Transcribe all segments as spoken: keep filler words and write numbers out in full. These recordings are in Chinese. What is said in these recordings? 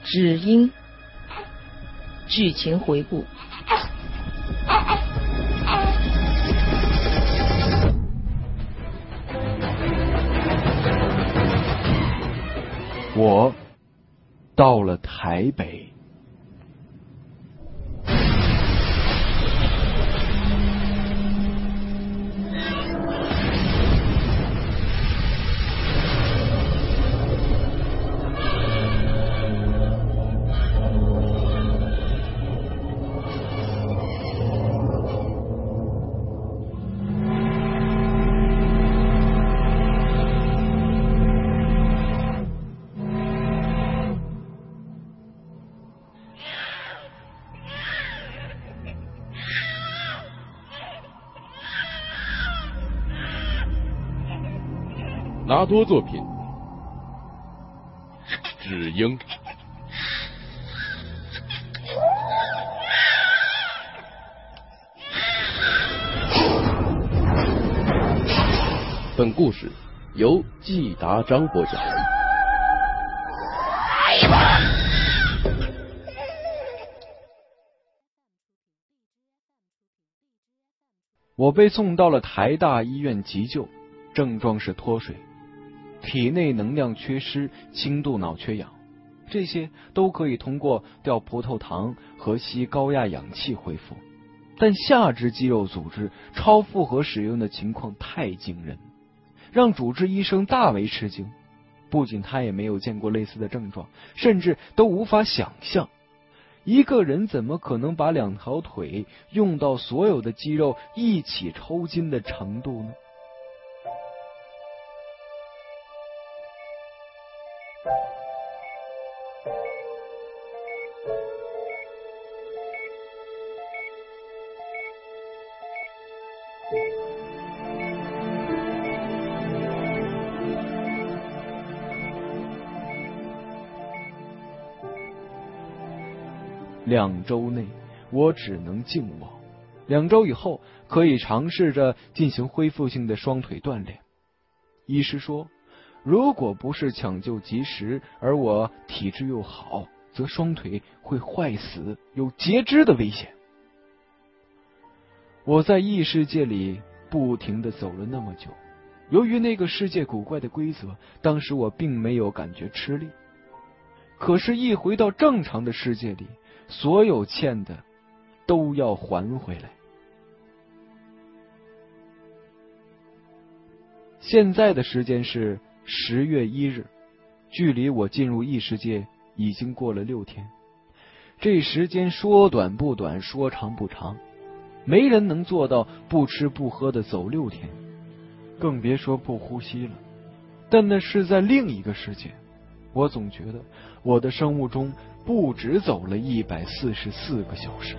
只因剧情回顾。 我到了台北。 拿多作品，只应。本故事由季达章播讲。 我被送到了台大医院急救，症状是脱水。体内能量缺失、轻度脑缺氧，这些都可以通过吊葡萄糖和吸高压氧气恢复，但下肢肌肉组织超负荷使用的情况太惊人，让主治医生大为吃惊。不仅他也没有见过类似的症状，甚至都无法想象一个人怎么可能把两条腿用到所有的肌肉一起抽筋的程度呢？两周内我只能静卧，两周以后可以尝试着进行恢复性的双腿锻炼。医师说，如果不是抢救及时，而我体质又好，则双腿会坏死，有截肢的危险。我在异世界里不停地走了那么久，由于那个世界古怪的规则，当时我并没有感觉吃力。可是，一回到正常的世界里，所有欠的都要还回来。现在的时间是十月一日，距离我进入异世界已经过了六天。这时间说短不短，说长不长，没人能做到不吃不喝的走六天，更别说不呼吸了。但那是在另一个世界，我总觉得我的生物钟不止走了一百四十四个小时。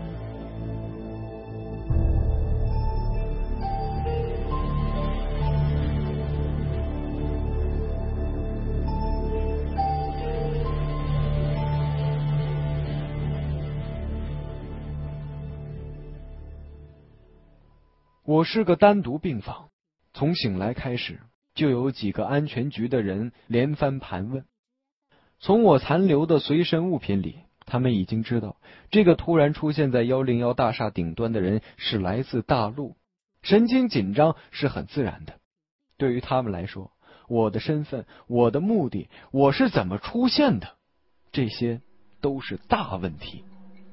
我是个单独病房，从醒来开始就有几个安全局的人连番盘问。从我残留的随身物品里，他们已经知道这个突然出现在一零一大厦顶端的人是来自大陆，神经紧张是很自然的。对于他们来说，我的身份、我的目的、我是怎么出现的，这些都是大问题。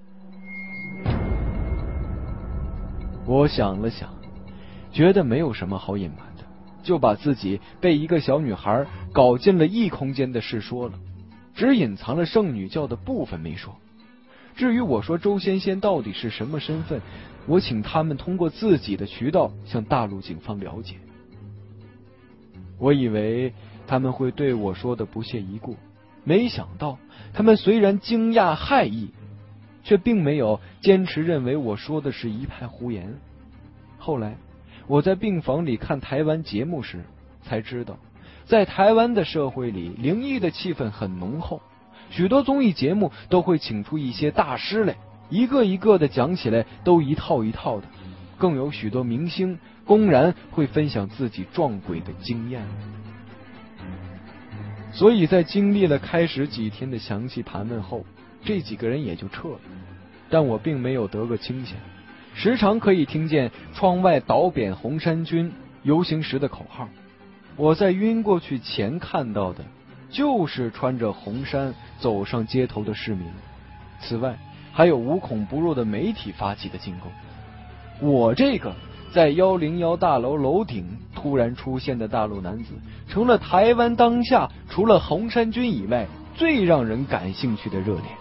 我想了想，觉得没有什么好隐瞒的，就把自己被一个小女孩搞进了异空间的事说了，只隐藏了圣女教的部分没说。至于我说周仙仙到底是什么身份，我请他们通过自己的渠道向大陆警方了解。我以为他们会对我说的不屑一顾，没想到他们虽然惊讶骇异，却并没有坚持认为我说的是一派胡言。后来我在病房里看台湾节目时才知道，在台湾的社会里，灵异的气氛很浓厚，许多综艺节目都会请出一些大师来，一个一个的讲起来都一套一套的，更有许多明星公然会分享自己撞鬼的经验。 所以在经历了开始几天的详细盘问后，这几个人也就撤了。但我并没有得个清闲，时常可以听见窗外倒扁红衫军游行时的口号。我在晕过去前看到的就是穿着红衫走上街头的市民，此外还有无孔不入的媒体发起的进攻。我这个在一零一大楼楼顶突然出现的大陆男子，成了台湾当下除了红衫军以外最让人感兴趣的热点。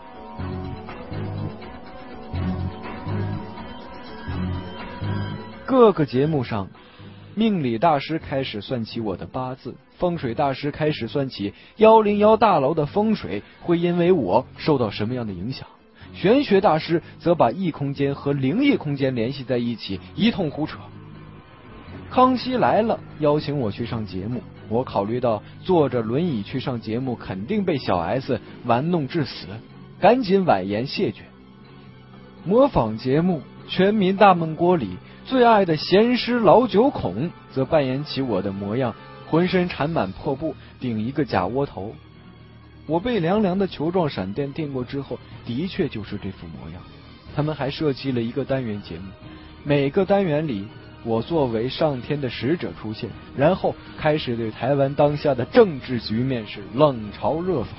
各个节目上，命理大师开始算起我的八字，风水大师开始算起一零一大楼的风水会因为我受到什么样的影响，玄学大师则把异空间和灵异空间联系在一起，一通胡扯。康熙来了邀请我去上节目，我考虑到坐着轮椅去上节目肯定被小 S 玩弄致死，赶紧婉言谢绝。模仿节目《全民大闷锅》里最爱的闲师老九孔则扮演起我的模样，浑身缠满破布，顶一个假窝头。我被凉凉的球状闪电电过之后，的确就是这副模样。他们还设计了一个单元节目，每个单元里我作为上天的使者出现，然后开始对台湾当下的政治局面是冷嘲热讽。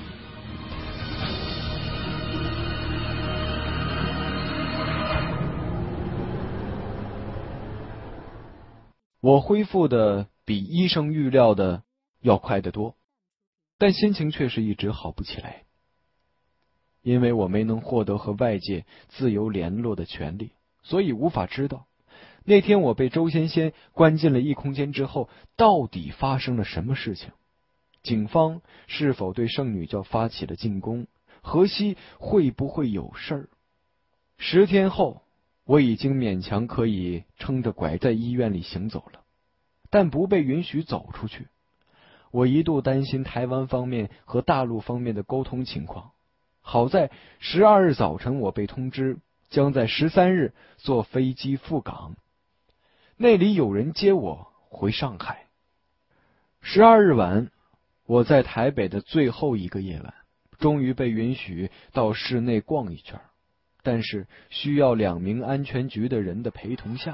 我恢复的比医生预料的要快得多，但心情却是一直好不起来，因为我没能获得和外界自由联络的权利，所以无法知道那天我被周仙仙关进了异空间之后，到底发生了什么事情。警方是否对圣女教发起了进攻？荷西会不会有事儿？十天后，我已经勉强可以撑着拐在医院里行走了，但不被允许走出去。我一度担心台湾方面和大陆方面的沟通情况，好在十二日早晨我被通知将在十三日坐飞机赴港，那里有人接我回上海。十二日晚，我在台北的最后一个夜晚，终于被允许到市内逛一圈，但是需要两名安全局的人的陪同下。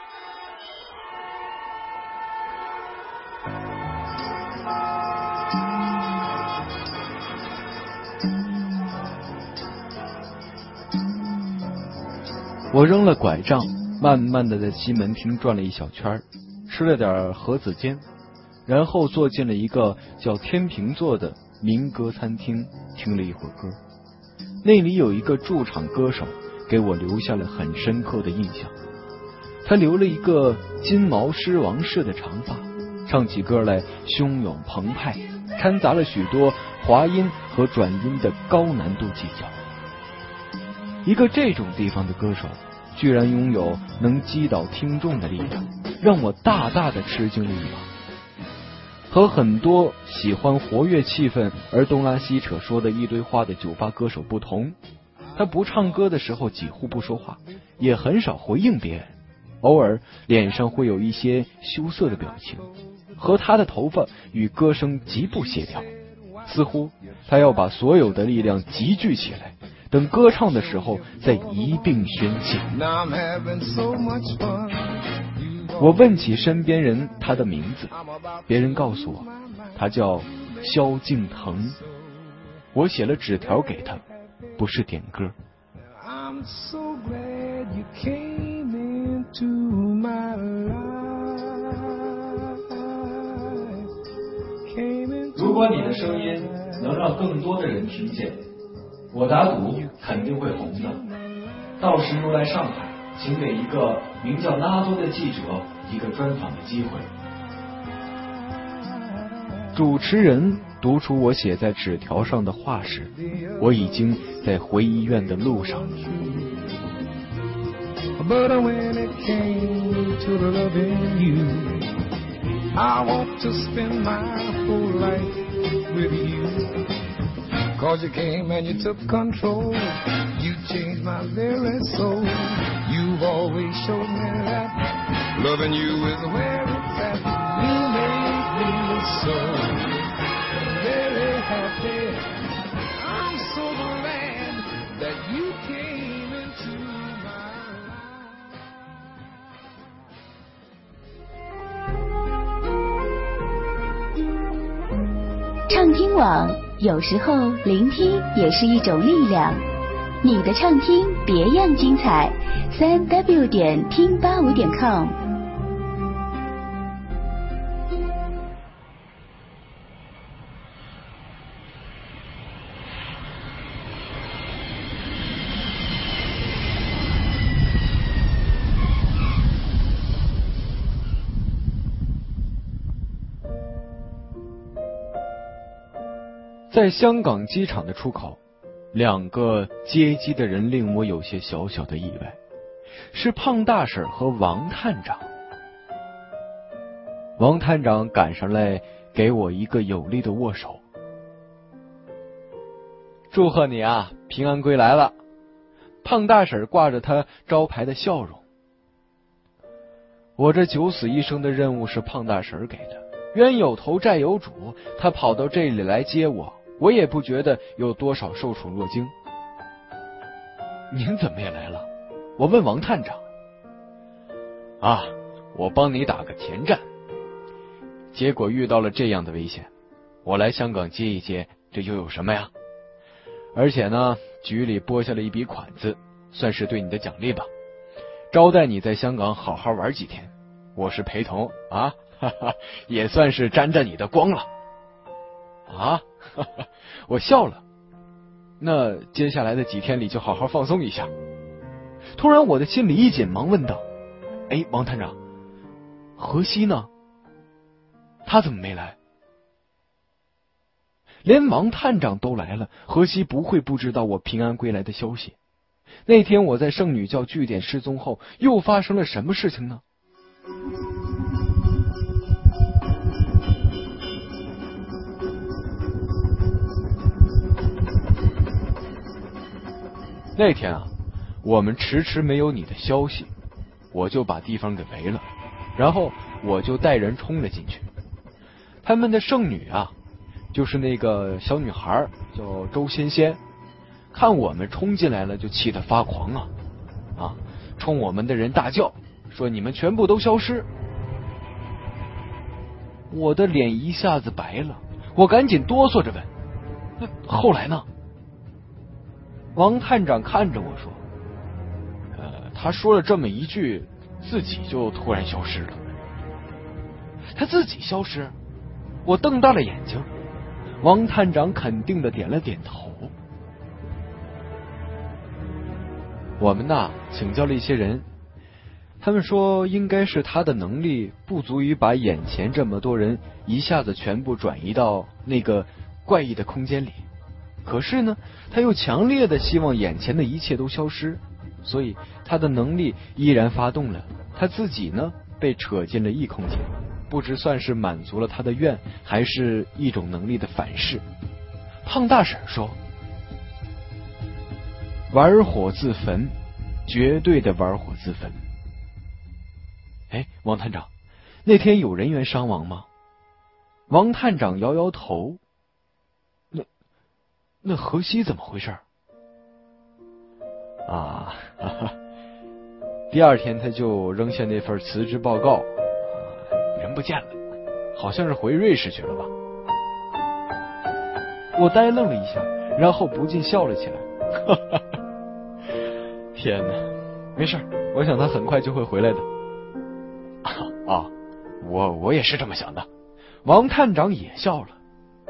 我扔了拐杖，慢慢的在西门町转了一小圈，吃了点盒子煎，然后坐进了一个叫天秤座的民歌餐厅，听了一会儿歌。那里有一个驻场歌手给我留下了很深刻的印象，他留了一个金毛狮王式的长发，唱起歌来汹涌澎湃，掺杂了许多滑音和转音的高难度技巧。一个这种地方的歌手居然拥有能击倒听众的力量，让我大大的吃惊了一把。和很多喜欢活跃气氛而东拉西扯说的一堆话的酒吧歌手不同，他不唱歌的时候几乎不说话，也很少回应别人，偶尔脸上会有一些羞涩的表情，和他的头发与歌声极不协调，似乎他要把所有的力量集聚起来，等歌唱的时候再一并宣泄。我问起身边人他的名字，别人告诉我他叫萧敬腾。我写了纸条给他，不是点歌。如果你的声音能让更多的人听见，我打赌肯定会红的。到时如来上海，请给一个名叫拉多的记者一个专访的机会。主持人读出我写在纸条上的话时，我已经在回医院的路上了。But when it came to loving you, I want to spend my whole life with you. Cause you came and you took control, you changed my very soul. You've always shown me that loving you is where it's at. You made me so. 畅听网，有时候聆听也是一种力量。你的畅听别样精彩，三 w 点听八五点 com。 在香港机场的出口，两个接机的人令我有些小小的意外，是胖大婶和王探长。王探长赶上来给我一个有力的握手，祝贺你啊，平安归来了。胖大婶挂着他招牌的笑容。我这九死一生的任务是胖大婶给的，冤有头债有主，他跑到这里来接我，我也不觉得有多少受宠若惊。您怎么也来了？我问王探长。啊，我帮你打个前站，结果遇到了这样的危险，我来香港接一接，这又有什么呀？而且呢，局里拨下了一笔款子，算是对你的奖励吧，招待你在香港好好玩几天，我是陪同啊，哈哈，也算是沾着你的光了。啊，哈哈，我笑了。那接下来的几天里就好好放松一下。突然我的心里一紧，忙问道：哎，王探长，荷西呢？他怎么没来？连王探长都来了，荷西不会不知道我平安归来的消息。那天我在圣女教据点失踪后，又发生了什么事情呢？那天啊，我们迟迟没有你的消息，我就把地方给围了，然后我就带人冲了进去。他们的圣女啊，就是那个小女孩叫周仙仙，看我们冲进来了，就气得发狂啊啊！冲我们的人大叫，说你们全部都消失。我的脸一下子白了，我赶紧哆嗦着问：那后来呢？王探长看着我说：呃，他说了这么一句，自己就突然消失了。他自己消失？我瞪大了眼睛。王探长肯定的点了点头。我们呐，请教了一些人，他们说应该是他的能力不足以把眼前这么多人一下子全部转移到那个怪异的空间里，可是呢，他又强烈的希望眼前的一切都消失，所以他的能力依然发动了，他自己呢被扯进了异空间，不知算是满足了他的愿，还是一种能力的反噬。胖大婶说：玩火自焚，绝对的玩火自焚。哎，王探长，那天有人员伤亡吗？王探长摇摇头。那那荷西怎么回事？啊，哈哈，第二天他就扔下那份辞职报告，啊，人不见了，好像是回瑞士去了吧。我呆愣了一下，然后不禁笑了起来。哈哈，天哪，没事，我想他很快就会回来的。啊啊，我我也是这么想的。王探长也笑了。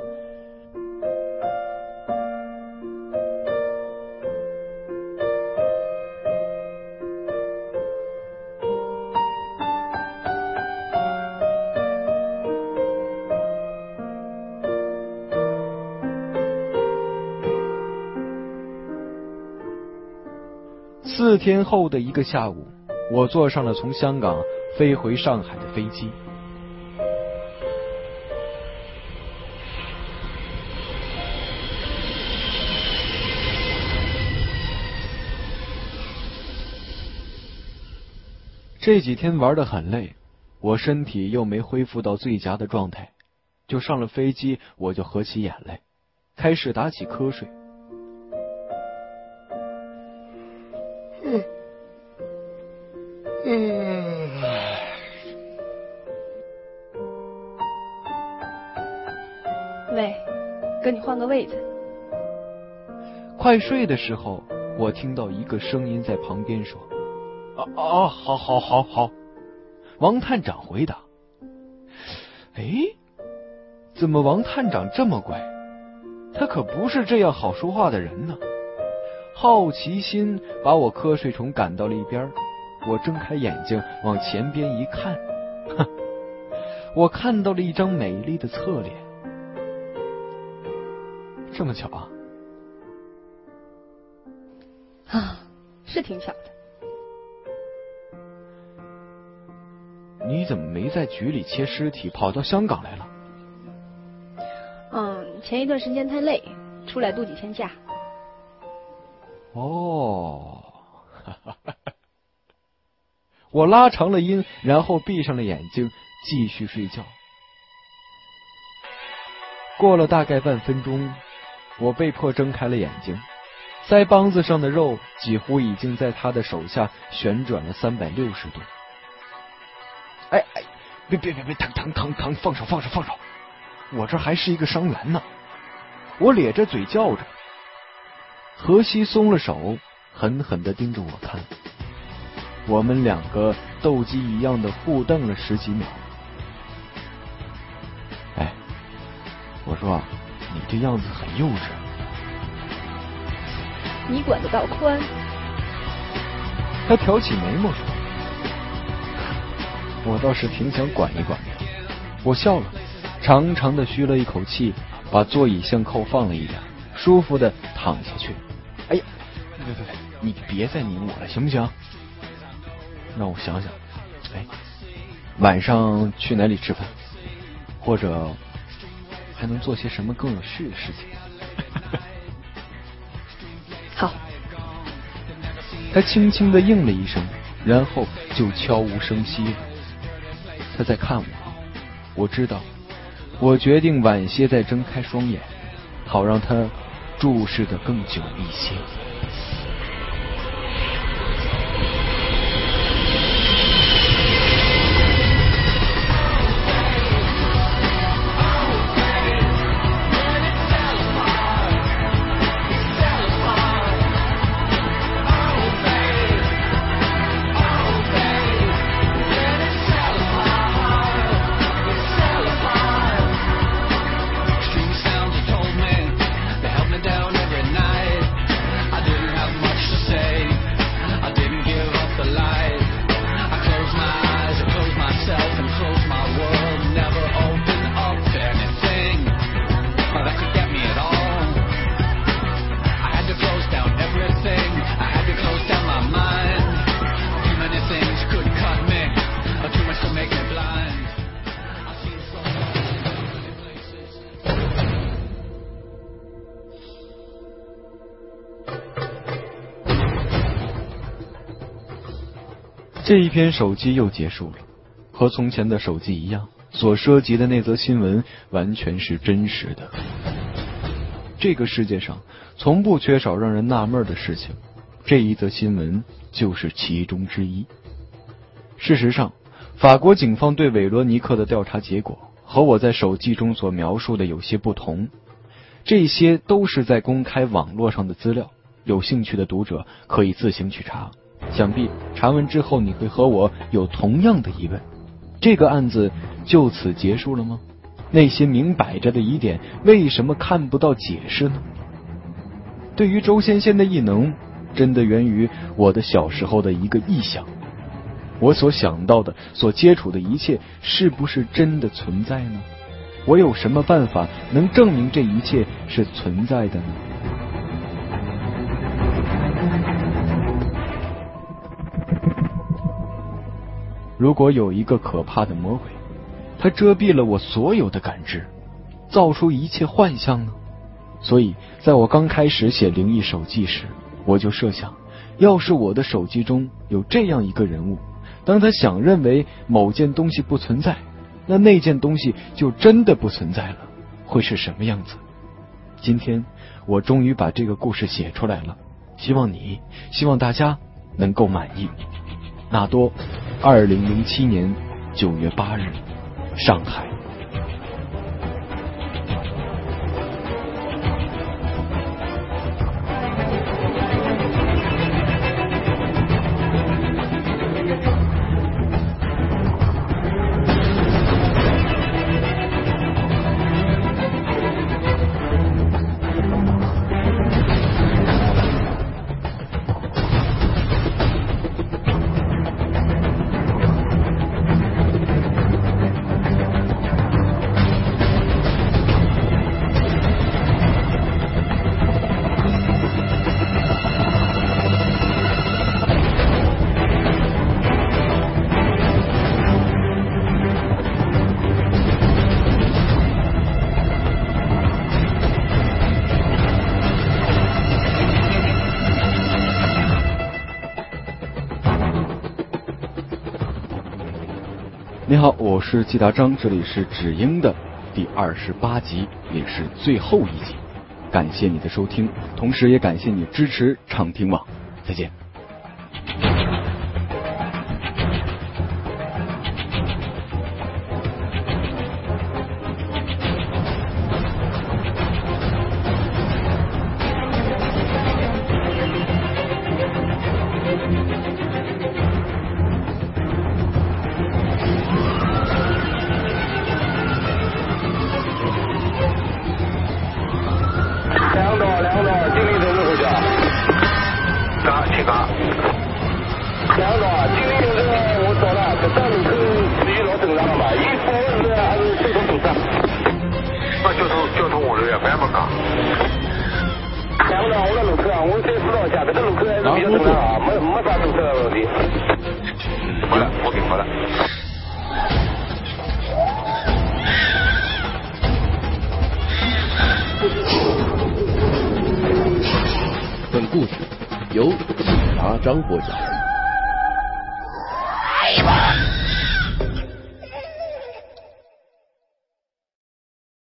四天后的一个下午，我坐上了从香港飞回上海的飞机。这几天玩得很累，我身体又没恢复到最佳的状态，就上了飞机，我就合起眼来，开始打起瞌睡。嗯嗯， 喂， 跟你换个位子。 快睡的时候，我听到一个声音在旁边说：“啊啊，好好好好。”王探长回答：“哎，怎么王探长这么乖？他可不是这样好说话的人呢。”好奇心把我瞌睡虫赶到了一边，我睁开眼睛往前边一看，哼，我看到了一张美丽的侧脸。这么巧啊？ 啊，是挺巧的。 你怎么没在局里切尸体，跑到香港来了？ 嗯，前一段时间太累，出来度几天假。 哦，我拉长了音，然后闭上了眼睛，继续睡觉。过了大概半分钟，我被迫睁开了眼睛，腮帮子上的肉几乎已经在他的手下旋转了三百六十度。哎哎，别别别别，疼疼疼疼，放手放手放手！我这还是一个伤员呢。我咧着嘴叫着。荷西松了手，狠狠地盯着我看。我们两个斗鸡一样的互瞪了十几秒。哎，我说你这样子很幼稚。 你管得倒宽。 他挑起眉毛说：“我倒是挺想管一管的。”我笑了，长长的吁了一口气，把座椅向后放了一点，舒服的躺下去。哎呀，对对对，你别再拧我了，行不行？让我想想，哎，晚上去哪里吃饭？或者还能做些什么更有趣的事情？ 好。 他轻轻的应了一声，然后就悄无声息了。他在看我，我知道，我决定晚些再睁开双眼，好让他注视的更久一些。这一篇手机又结束了，和从前的手机一样，所涉及的那则新闻完全是真实的。这个世界上从不缺少让人纳闷的事情，这一则新闻就是其中之一。事实上，法国警方对韦罗尼克的调查结果和我在手记中所描述的有些不同，这些都是在公开网络上的资料，有兴趣的读者可以自行去查。想必查完之后你会和我有同样的疑问，这个案子就此结束了吗？那些明摆着的疑点为什么看不到解释呢？对于周仙仙的异能，真的源于我的小时候的一个臆想。我所想到的，所接触的一切是不是真的存在呢？我有什么办法能证明这一切是存在的呢？如果有一个可怕的魔鬼，它遮蔽了我所有的感知，造出一切幻象呢？所以在我刚开始写灵异手记时，我就设想，要是我的手机中有这样一个人物，当他想认为某件东西不存在，那那件东西就真的不存在了，会是什么样子？今天我终于把这个故事写出来了，希望你，希望大家能够满意。纳多，二零零七年九月八日，上海。 好，我是季达章，这里是只鹰的第二十八集，也是最后一集。感谢你的收听，同时也感谢你支持畅听网。再见。 本故事由季达章播讲。